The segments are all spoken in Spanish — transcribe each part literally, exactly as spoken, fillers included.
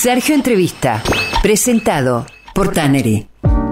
Sergio Entrevista, presentado por Tannery.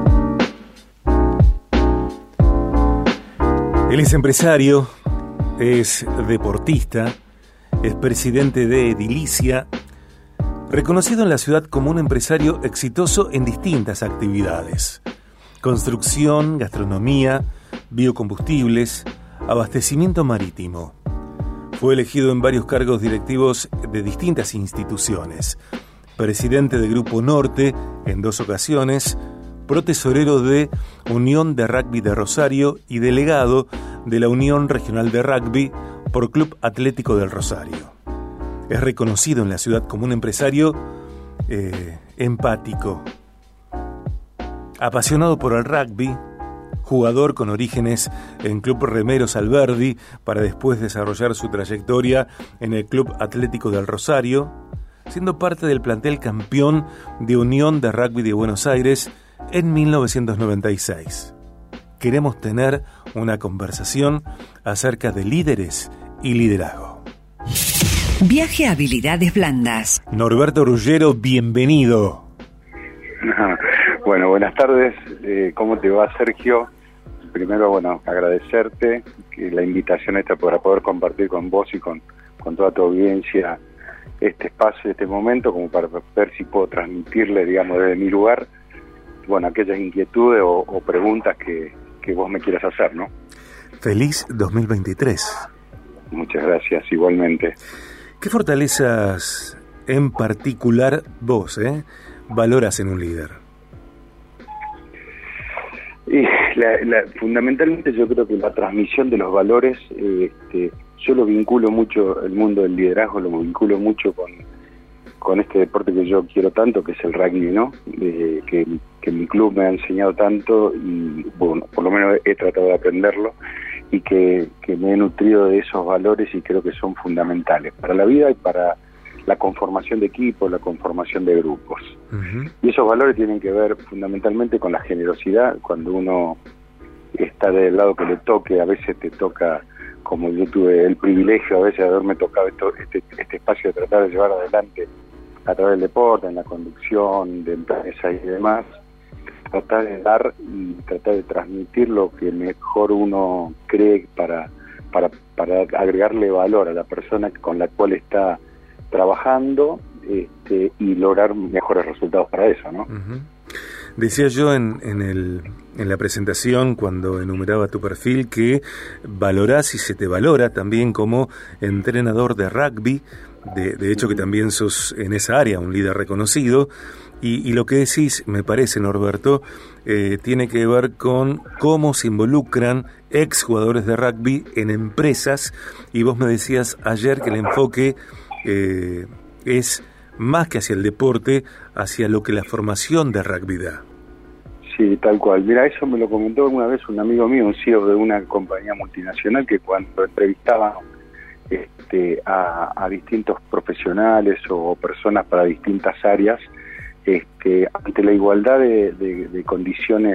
Él es empresario, es deportista, es presidente de Edilicia, reconocido en la ciudad como un empresario exitoso en distintas actividades: construcción, gastronomía, biocombustibles, abastecimiento marítimo. Fue elegido en varios cargos directivos de distintas instituciones: presidente de Grupo Norte en dos ocasiones, protesorero de Unión de Rugby de Rosario y delegado de la Unión Regional de Rugby por Club Atlético del Rosario. Es reconocido en la ciudad como un empresario eh, empático, apasionado por el rugby, jugador con orígenes en Club Remeros Alberdi para después desarrollar su trayectoria en el Club Atlético del Rosario, siendo parte del plantel campeón de Unión de Rugby de Buenos Aires en mil novecientos noventa y seis. Queremos tener una conversación acerca de líderes y liderazgo. Viaje a habilidades blandas. Norberto Ruggiero, bienvenido. Bueno, buenas tardes. Eh, ¿Cómo te va, Sergio? Primero, bueno, agradecerte que la invitación esta para poder compartir con vos y con, con toda tu audiencia este espacio, este momento, como para ver si puedo transmitirle, digamos, desde mi lugar, bueno, aquellas inquietudes o, o preguntas que, que vos me quieras hacer, ¿no? Feliz dos mil veintitrés. Muchas gracias, igualmente. ¿Qué fortalezas en particular vos eh, valoras en un líder? Y la, la, fundamentalmente yo creo que la transmisión de los valores, eh, este, yo lo vinculo mucho, el mundo del liderazgo lo vinculo mucho con, con este deporte que yo quiero tanto, que es el rugby, ¿no? Eh, que, que mi club me ha enseñado tanto y, bueno, por lo menos he, he tratado de aprenderlo y que, que me he nutrido de esos valores y creo que son fundamentales para la vida y para la conformación de equipos, la conformación de grupos. Uh-huh. Y esos valores tienen que ver fundamentalmente con la generosidad. Cuando uno está del lado que le toque, a veces te toca, como yo tuve el privilegio a veces de haberme tocado esto, este, este espacio de tratar de llevar adelante a través del deporte, en la conducción de empresas y demás, tratar de dar y tratar de transmitir lo que mejor uno cree para, para, para agregarle valor a la persona con la cual está trabajando este, y lograr mejores resultados para eso, ¿no? Uh-huh. Decía yo en, en, el, en la presentación, cuando enumeraba tu perfil, que valorás y se te valora también como entrenador de rugby, de, de hecho que también sos en esa área un líder reconocido, y, y lo que decís, me parece, Norberto, eh, tiene que ver con cómo se involucran exjugadores de rugby en empresas, y vos me decías ayer que el enfoque Eh, es más que hacia el deporte, hacia lo que la formación de rugby da. Sí, tal cual. Mira, eso me lo comentó alguna vez un amigo mío, un C E O de una compañía multinacional, que cuando entrevistaba este, a, a distintos profesionales o personas para distintas áreas, este, ante la igualdad de, de, de condiciones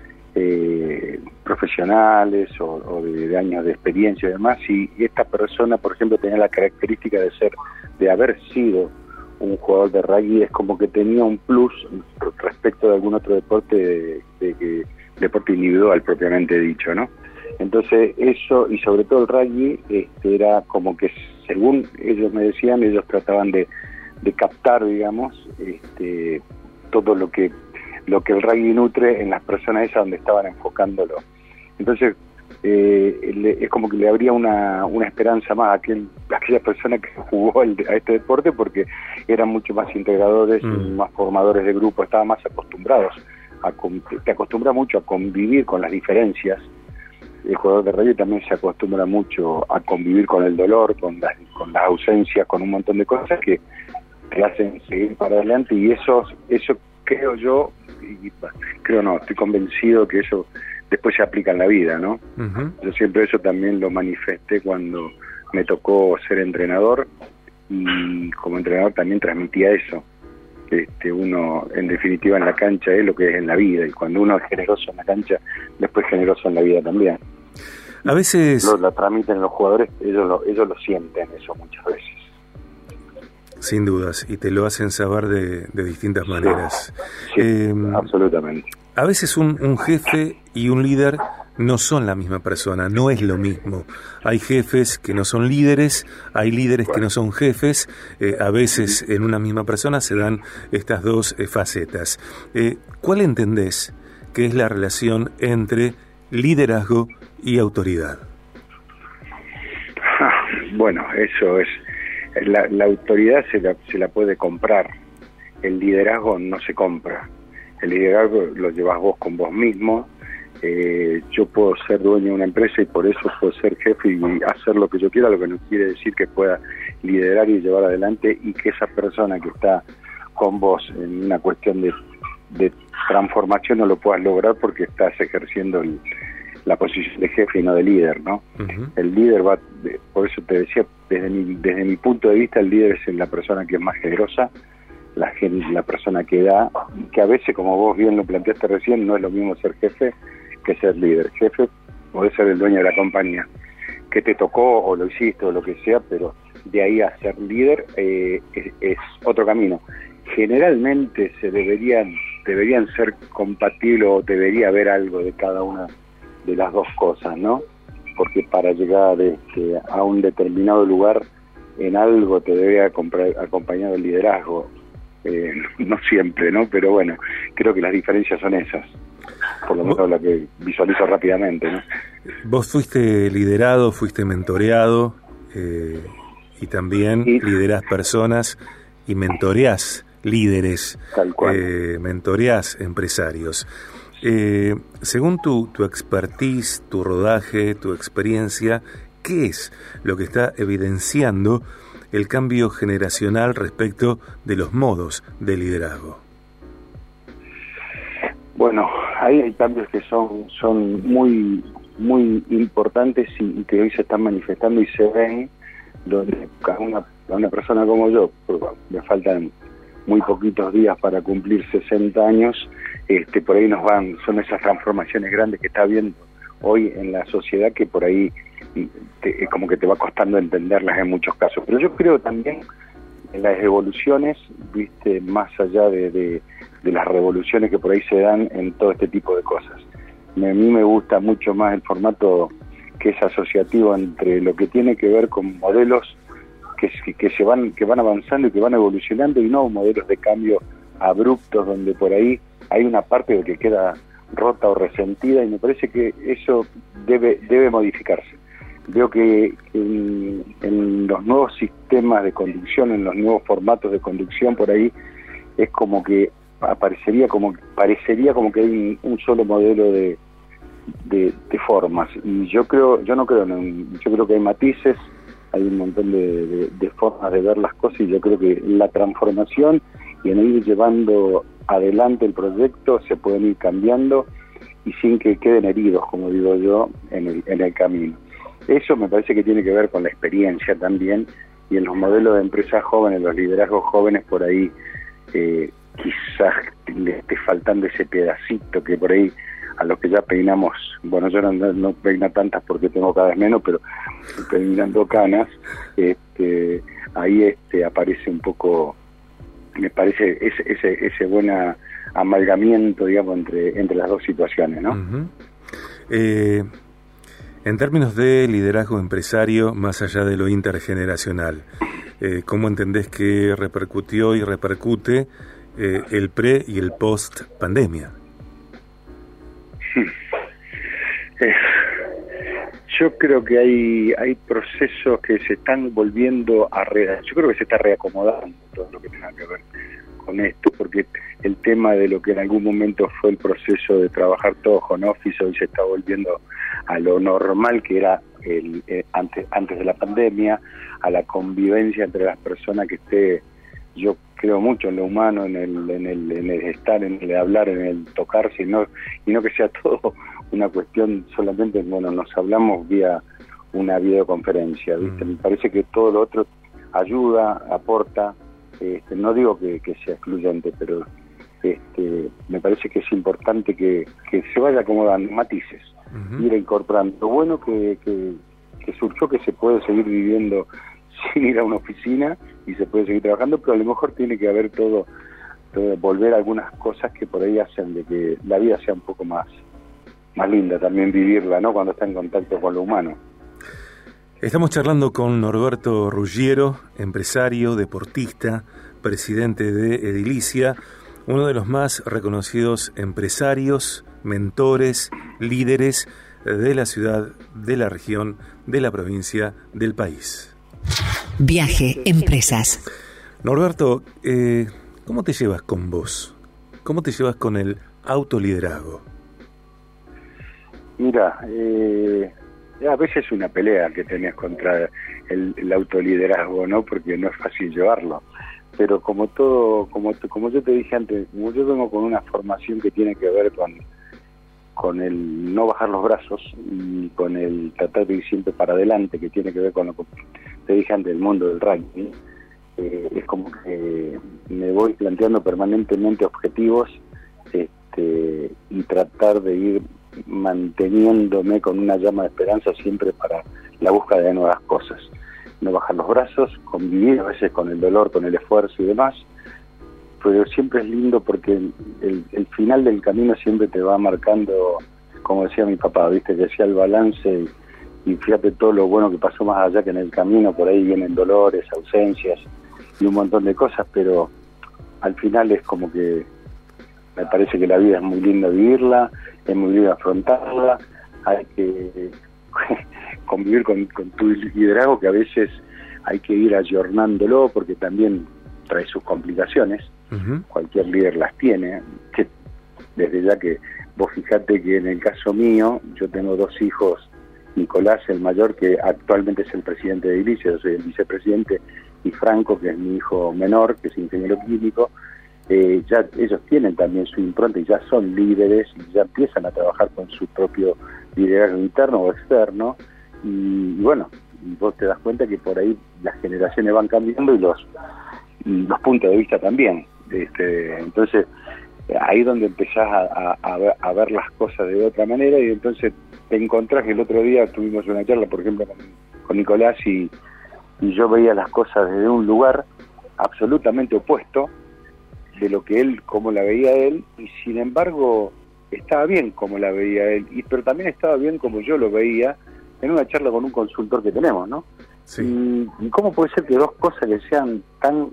Eh, profesionales o, o de, de años de experiencia y demás, y esta persona, por ejemplo, tenía la característica de ser, de haber sido un jugador de rugby, es como que tenía un plus respecto de algún otro deporte, de, de, de deporte individual propiamente dicho, ¿no? Entonces eso, y sobre todo el rugby, este, era como que, según ellos me decían, ellos trataban de, de captar, digamos, este, todo lo que lo que el rugby nutre en las personas esas donde estaban enfocándolo. Entonces, eh, le, es como que le habría una, una esperanza más a, aquel, a aquella persona que jugó el, a este deporte, porque eran mucho más integradores, mm. más formadores de grupo, estaban más acostumbrados, a, te acostumbra mucho a convivir con las diferencias. El jugador de rugby también se acostumbra mucho a convivir con el dolor, con las, con las ausencias, con un montón de cosas que te hacen seguir para adelante, y eso, eso creo yo, y creo no, estoy convencido que eso después se aplica en la vida, ¿no? Uh-huh. Yo siempre eso también lo manifesté cuando me tocó ser entrenador, y como entrenador también transmitía eso, que este, uno en definitiva en la cancha es lo que es en la vida, y cuando uno es generoso en la cancha, después es generoso en la vida también. A veces lo, lo transmiten los jugadores, ellos lo, ellos lo sienten eso muchas veces. Sin dudas, y te lo hacen saber de, de distintas maneras. Sí, eh, absolutamente. A veces un, un jefe y un líder no son la misma persona, no es lo mismo. Hay jefes que no son líderes, hay líderes que no son jefes, eh, a veces en una misma persona se dan estas dos eh, facetas. Eh, ¿Cuál entendés que es la relación entre liderazgo y autoridad? Bueno, eso es, la, la autoridad se la, se la puede comprar, el liderazgo no se compra, el liderazgo lo llevas vos con vos mismo. Eh, yo puedo ser dueño de una empresa y por eso puedo ser jefe y hacer lo que yo quiera, lo que no quiere decir que pueda liderar y llevar adelante y que esa persona que está con vos en una cuestión de, de transformación no lo puedas lograr porque estás ejerciendo el, la posición de jefe y no de líder, ¿no? Uh-huh. El líder va, por eso te decía, desde mi, desde mi punto de vista, el líder es la persona que es más generosa, la, la persona que da, que a veces, como vos bien lo planteaste recién, no es lo mismo ser jefe que ser líder. Jefe podés ser el dueño de la compañía, que te tocó o lo hiciste o lo que sea, pero de ahí a ser líder eh, es, es otro camino. Generalmente se deberían deberían ser compatibles o debería haber algo de cada una de las dos cosas, ¿no? Porque para llegar este, a un determinado lugar en algo te debe acompañar el liderazgo, eh, no siempre, ¿no? Pero bueno, creo que las diferencias son esas, por lo menos la que visualizo rápidamente, ¿no? Vos fuiste liderado, fuiste mentoreado eh, y también sí. Liderás personas y mentoreás líderes, tal cual. Eh, mentoreás empresarios. Eh, según tu, tu expertise, tu rodaje, tu experiencia, ¿qué es lo que está evidenciando el cambio generacional respecto de los modos de liderazgo? Bueno, ahí hay cambios que son son muy muy importantes y, y que hoy se están manifestando y se ven, donde a una, a una persona como yo, me faltan muy poquitos días para cumplir sesenta años, este, por ahí nos van, son esas transformaciones grandes que está habiendo hoy en la sociedad que por ahí te, como que te va costando entenderlas en muchos casos. Pero yo creo también en las evoluciones, viste, más allá de, de, de las revoluciones que por ahí se dan en todo este tipo de cosas. A mí me gusta mucho más el formato que es asociativo entre lo que tiene que ver con modelos que, que se van que van avanzando y que van evolucionando y no modelos de cambio abruptos donde por ahí hay una parte de que queda rota o resentida y me parece que eso debe debe modificarse. Veo que, que en, en los nuevos sistemas de conducción, en los nuevos formatos de conducción por ahí es como que aparecería como parecería como que hay un, un solo modelo de, de de formas y yo creo yo no creo en, yo creo que hay matices, hay un montón de, de, de formas de ver las cosas y yo creo que la transformación y en ir llevando adelante el proyecto se pueden ir cambiando y sin que queden heridos, como digo yo, en el, en el camino. Eso me parece que tiene que ver con la experiencia también y en los modelos de empresas jóvenes, los liderazgos jóvenes por ahí eh, quizás le esté faltando ese pedacito que por ahí a los que ya peinamos, bueno, yo no, no peino tantas porque tengo cada vez menos, pero peinando canas, este, ahí este aparece un poco, me parece ese ese, ese buen amalgamiento, digamos, entre entre las dos situaciones, ¿no? Uh-huh. Eh, en términos de liderazgo empresario, más allá de lo intergeneracional, eh, ¿cómo entendés que repercutió y repercute eh, el pre y el post pandemia? Eh, yo creo que hay hay procesos que se están volviendo a re, yo creo que se está reacomodando todo lo que tenga que ver con esto, porque el tema de lo que en algún momento fue el proceso de trabajar todo home office hoy se está volviendo a lo normal que era el, eh, antes antes de la pandemia, a la convivencia entre las personas que esté. Yo creo mucho en lo humano, en el, en el, en el estar, en el hablar, en el tocarse, y no, y no que sea todo una cuestión solamente, bueno, nos hablamos vía una videoconferencia, ¿viste? Mm. Me parece que todo lo otro ayuda, aporta, este, no digo que, que sea excluyente, pero este, me parece que es importante que, que se vaya acomodando matices, uh-huh. ir incorporando. Lo bueno que, que, que surgió que se puede seguir viviendo sin ir a una oficina y se puede seguir trabajando, pero a lo mejor tiene que haber todo, todo volver a algunas cosas que por ahí hacen de que la vida sea un poco más, más linda, también vivirla, ¿no? Cuando está en contacto con lo humano. Estamos charlando con Norberto Ruggiero, empresario, deportista, presidente de Edilicia, uno de los más reconocidos empresarios, mentores, líderes de la ciudad, de la región, de la provincia, del país. Viaje Empresas. Norberto, eh, ¿cómo te llevas con vos? ¿Cómo te llevas con el autoliderazgo? Mira, eh, a veces es una pelea que tenés contra el, el autoliderazgo, ¿no? Porque no es fácil llevarlo. Pero como todo, como como yo te dije antes, como yo vengo con una formación que tiene que ver con con el no bajar los brazos y con el tratar de ir siempre para adelante, que tiene que ver con lo que te dije antes del mundo del rugby, eh, es como que me voy planteando permanentemente objetivos este, y tratar de ir manteniéndome con una llama de esperanza siempre para la búsqueda de nuevas cosas. No bajar los brazos, convivir a veces con el dolor, con el esfuerzo y demás, pero siempre es lindo porque el, el final del camino siempre te va marcando, como decía mi papá, viste, que decía el balance y, y fíjate todo lo bueno que pasó más allá, que en el camino por ahí vienen dolores, ausencias y un montón de cosas, pero al final es como que me parece que la vida es muy linda vivirla, es muy lindo afrontarla, hay que convivir con, con tu liderazgo, que a veces hay que ir ayornándolo porque también trae sus complicaciones. Uh-huh. Cualquier líder las tiene, que desde ya que vos fijate que en el caso mío, yo tengo dos hijos, Nicolás, el mayor, que actualmente es el presidente de Edilicia, yo soy el vicepresidente, y Franco, que es mi hijo menor, que es ingeniero químico. Eh, ya ellos tienen también su impronta y ya son líderes y ya empiezan a trabajar con su propio liderazgo interno o externo, y, y bueno, y vos te das cuenta que por ahí las generaciones van cambiando y los y los puntos de vista también. Este, entonces ahí es donde empezás a, a, a, ver, a ver las cosas de otra manera, y entonces te encontrás que el otro día tuvimos una charla, por ejemplo, con, con Nicolás, y, y yo veía las cosas desde un lugar absolutamente opuesto de lo que él, como la veía él, y sin embargo estaba bien como la veía él, y pero también estaba bien como yo lo veía en una charla con un consultor que tenemos, ¿no? Sí. Y, y cómo puede ser que dos cosas que sean tan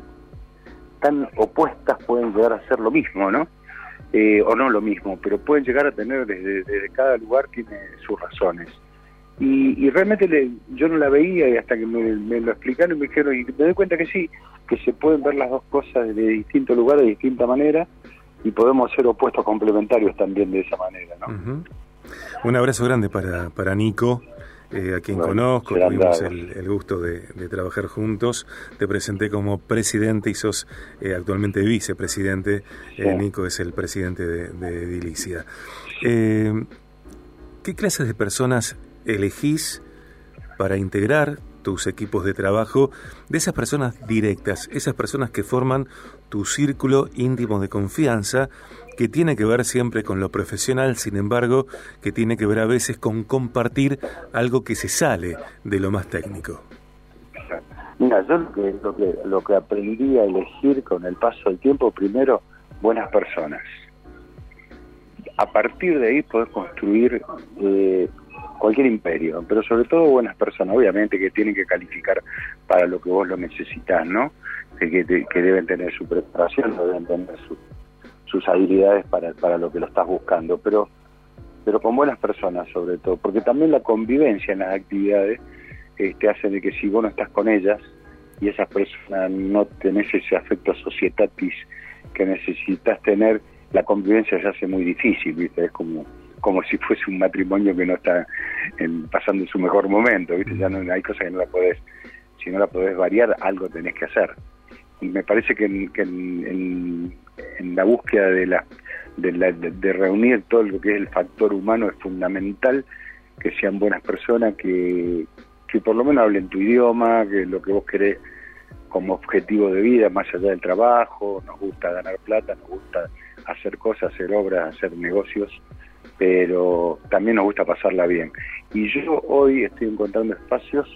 tan opuestas pueden llegar a ser lo mismo, ¿no? Eh, o no lo mismo, pero pueden llegar a tener desde, desde cada lugar tiene sus razones. Y, y realmente le, yo no la veía, y hasta que me, me lo explicaron y me dijeron, y me doy cuenta que sí, que se pueden ver las dos cosas de distintos lugares, de distinta manera, y podemos ser opuestos complementarios también de esa manera, ¿no? Uh-huh. Un abrazo grande para, para Nico, eh, a quien bueno, conozco, tuvimos el, el gusto de, de trabajar juntos. Te presenté como presidente y sos eh, actualmente vicepresidente. Sí. Eh, Nico es el presidente de, de Edilicia. Eh, ¿Qué clases de personas elegís para integrar tus equipos de trabajo, de esas personas directas, esas personas que forman tu círculo íntimo de confianza, que tiene que ver siempre con lo profesional, sin embargo, que tiene que ver a veces con compartir algo que se sale de lo más técnico? Mira, yo lo que, lo que, lo que aprendí a elegir con el paso del tiempo, primero, buenas personas. A partir de ahí podés construir eh, cualquier imperio, pero sobre todo buenas personas, obviamente, que tienen que calificar para lo que vos lo necesitás, ¿no? Que, que, que deben tener su preparación, deben tener su, sus habilidades para, para lo que lo estás buscando, pero pero con buenas personas sobre todo, porque también la convivencia en las actividades este, hace de que si vos no estás con ellas y esas personas no tenés ese afecto societatis que necesitas tener, la convivencia se hace muy difícil, ¿viste? Es como como si fuese un matrimonio que no está en, pasando su mejor momento, ¿viste? Ya no hay cosas que no la podés, si no la podés variar, algo tenés que hacer. Y me parece que en, que en, en, en la búsqueda de la, de la de, de reunir todo lo que es el factor humano es fundamental que sean buenas personas, que, que por lo menos hablen tu idioma, que lo que vos querés como objetivo de vida, más allá del trabajo. Nos gusta ganar plata, nos gusta hacer cosas, hacer obras, hacer negocios, pero también nos gusta pasarla bien. Y yo hoy estoy encontrando espacios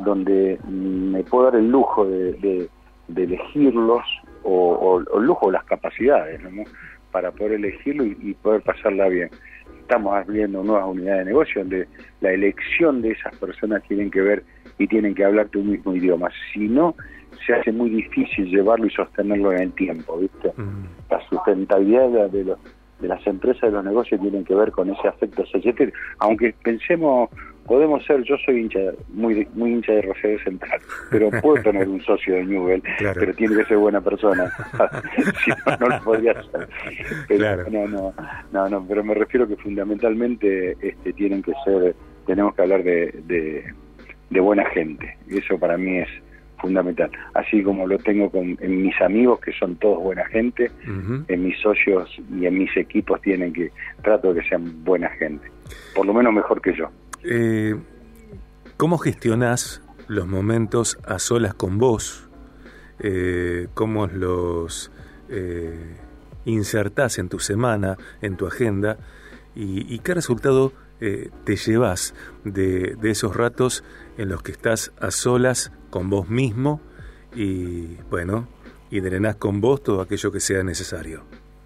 donde me puedo dar el lujo de, de, de elegirlos, o, o, o el lujo o las capacidades, ¿no?, para poder elegirlo y, y poder pasarla bien. Estamos abriendo nuevas unidades de negocio donde la elección de esas personas tienen que ver y tienen que hablar tu mismo idioma. Si no, se hace muy difícil llevarlo y sostenerlo en el tiempo, ¿viste? Mm. La sustentabilidad de, de, los, de las empresas, de los negocios, tienen que ver con ese afecto social. Aunque pensemos, podemos ser, yo soy hincha, muy muy hincha de Rosario Central, pero puedo tener un socio de Newell, claro, pero tiene que ser buena persona. Si no, no lo podría hacer. Pero, claro. no, no, no, no, pero me refiero que fundamentalmente este, tienen que ser, tenemos que hablar de, de, de buena gente. Eso para mí es fundamental. Así como lo tengo con, en mis amigos, que son todos buena gente, uh-huh. en mis socios y en mis equipos tienen que, trato de que sean buena gente, por lo menos mejor que yo. Eh, ¿Cómo gestionás los momentos a solas con vos? Eh, ¿Cómo los eh, insertás en tu semana, en tu agenda? ¿Y, y qué resultado eh, te llevas de, de esos ratos en los que estás a solas con vos mismo y, bueno, y drenás con vos todo aquello que sea necesario?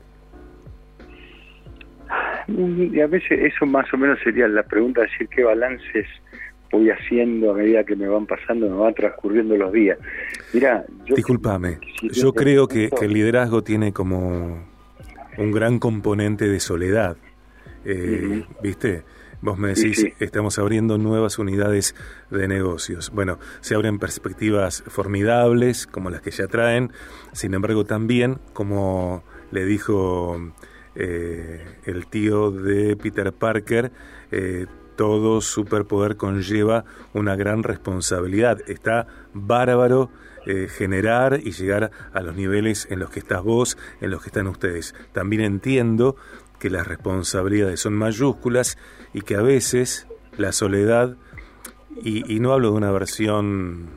Y a veces eso más o menos sería la pregunta, decir qué balances voy haciendo a medida que me van pasando, me van transcurriendo los días. Mirá, yo Discúlpame, si yo creo que, que el liderazgo tiene como un gran componente de soledad, eh, uh-huh. ¿viste? Vos me decís, sí, sí. estamos abriendo nuevas unidades de negocios. Bueno, se abren perspectivas formidables, como las que ya traen, sin embargo también, como le dijo eh, el tío de Peter Parker, eh, todo superpoder conlleva una gran responsabilidad. Está bárbaro eh, generar y llegar a los niveles en los que estás vos, en los que están ustedes. También entiendo que las responsabilidades son mayúsculas y que a veces la soledad, y, y no hablo de una versión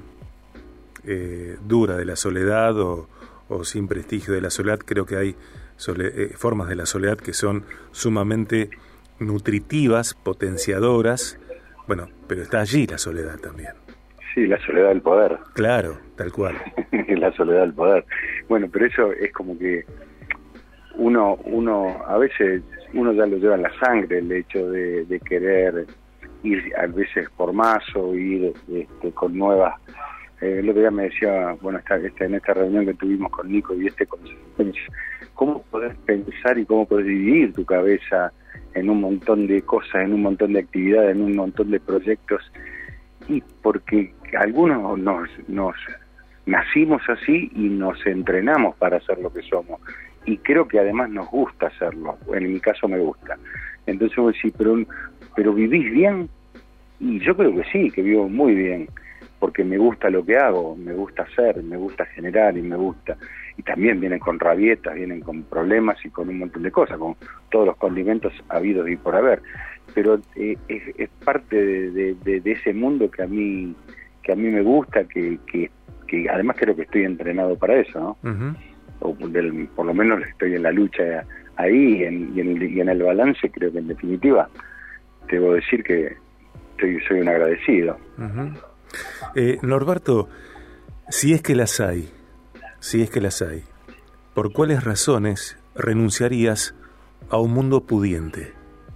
eh, dura de la soledad o, o sin prestigio de la soledad, creo que hay sole, eh, formas de la soledad que son sumamente nutritivas, potenciadoras, bueno, pero está allí la soledad también. Sí, la soledad del poder. Claro, tal cual. La soledad del poder. Bueno, pero eso es como que uno, uno a veces, uno ya lo lleva en la sangre, el hecho de, de querer ir a veces por más o ir este, con nuevas. Eh, el otro día me decía, bueno, esta, esta, en esta reunión que tuvimos con Nico y este consejo, ¿cómo podés pensar y cómo podés dividir tu cabeza en un montón de cosas, en un montón de actividades, en un montón de proyectos? Y porque algunos nos, nos nacimos así y nos entrenamos para ser lo que somos. Y creo que además nos gusta hacerlo. En mi caso me gusta. Entonces vos decís, pero, pero ¿vivís bien? Y yo creo que sí, que vivo muy bien. Porque me gusta lo que hago, me gusta hacer, me gusta generar y me gusta. Y también vienen con rabietas, vienen con problemas y con un montón de cosas, con todos los condimentos habidos y por haber. Pero eh, es, es parte de, de, de, de ese mundo que a mí que a mí me gusta, que, que, que además creo que estoy entrenado para eso, ¿no? Uh-huh. O del, por lo menos estoy en la lucha ahí en, y, en, y en el balance creo que en definitiva debo decir que estoy, soy un agradecido. Uh-huh. eh, Norberto, si es que las hay, si es que las hay, ¿por cuáles razones renunciarías a un mundo pudiente?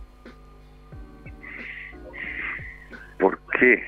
¿Por qué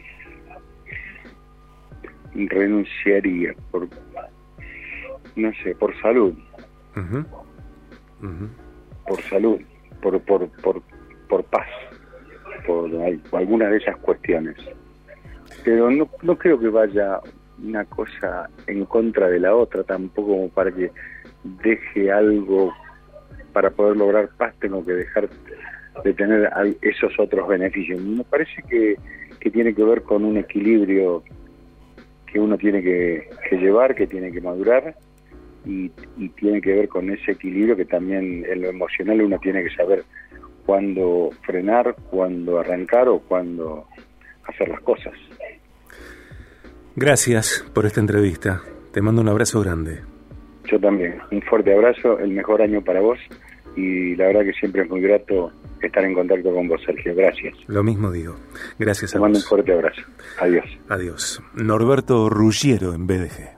renunciaría? Por no sé, por salud. Uh-huh. Uh-huh. Por salud, por por por por paz, por, por alguna de esas cuestiones. Pero no no creo que vaya una cosa en contra de la otra, tampoco como para que deje algo. Para poder lograr paz tengo que dejar de tener esos otros beneficios. Me parece que, que tiene que ver con un equilibrio que uno tiene que, que llevar, que tiene que madurar. Y, y tiene que ver con ese equilibrio que también en lo emocional uno tiene que saber cuándo frenar, cuándo arrancar o cuándo hacer las cosas. Gracias por esta entrevista. Te mando un abrazo grande. Yo también. Un fuerte abrazo, el mejor año para vos y la verdad que siempre es muy grato estar en contacto con vos, Sergio. Gracias. Lo mismo digo. Gracias a Te vos. mando un fuerte abrazo. Adiós. Adiós. Norberto Ruggiero en B D G.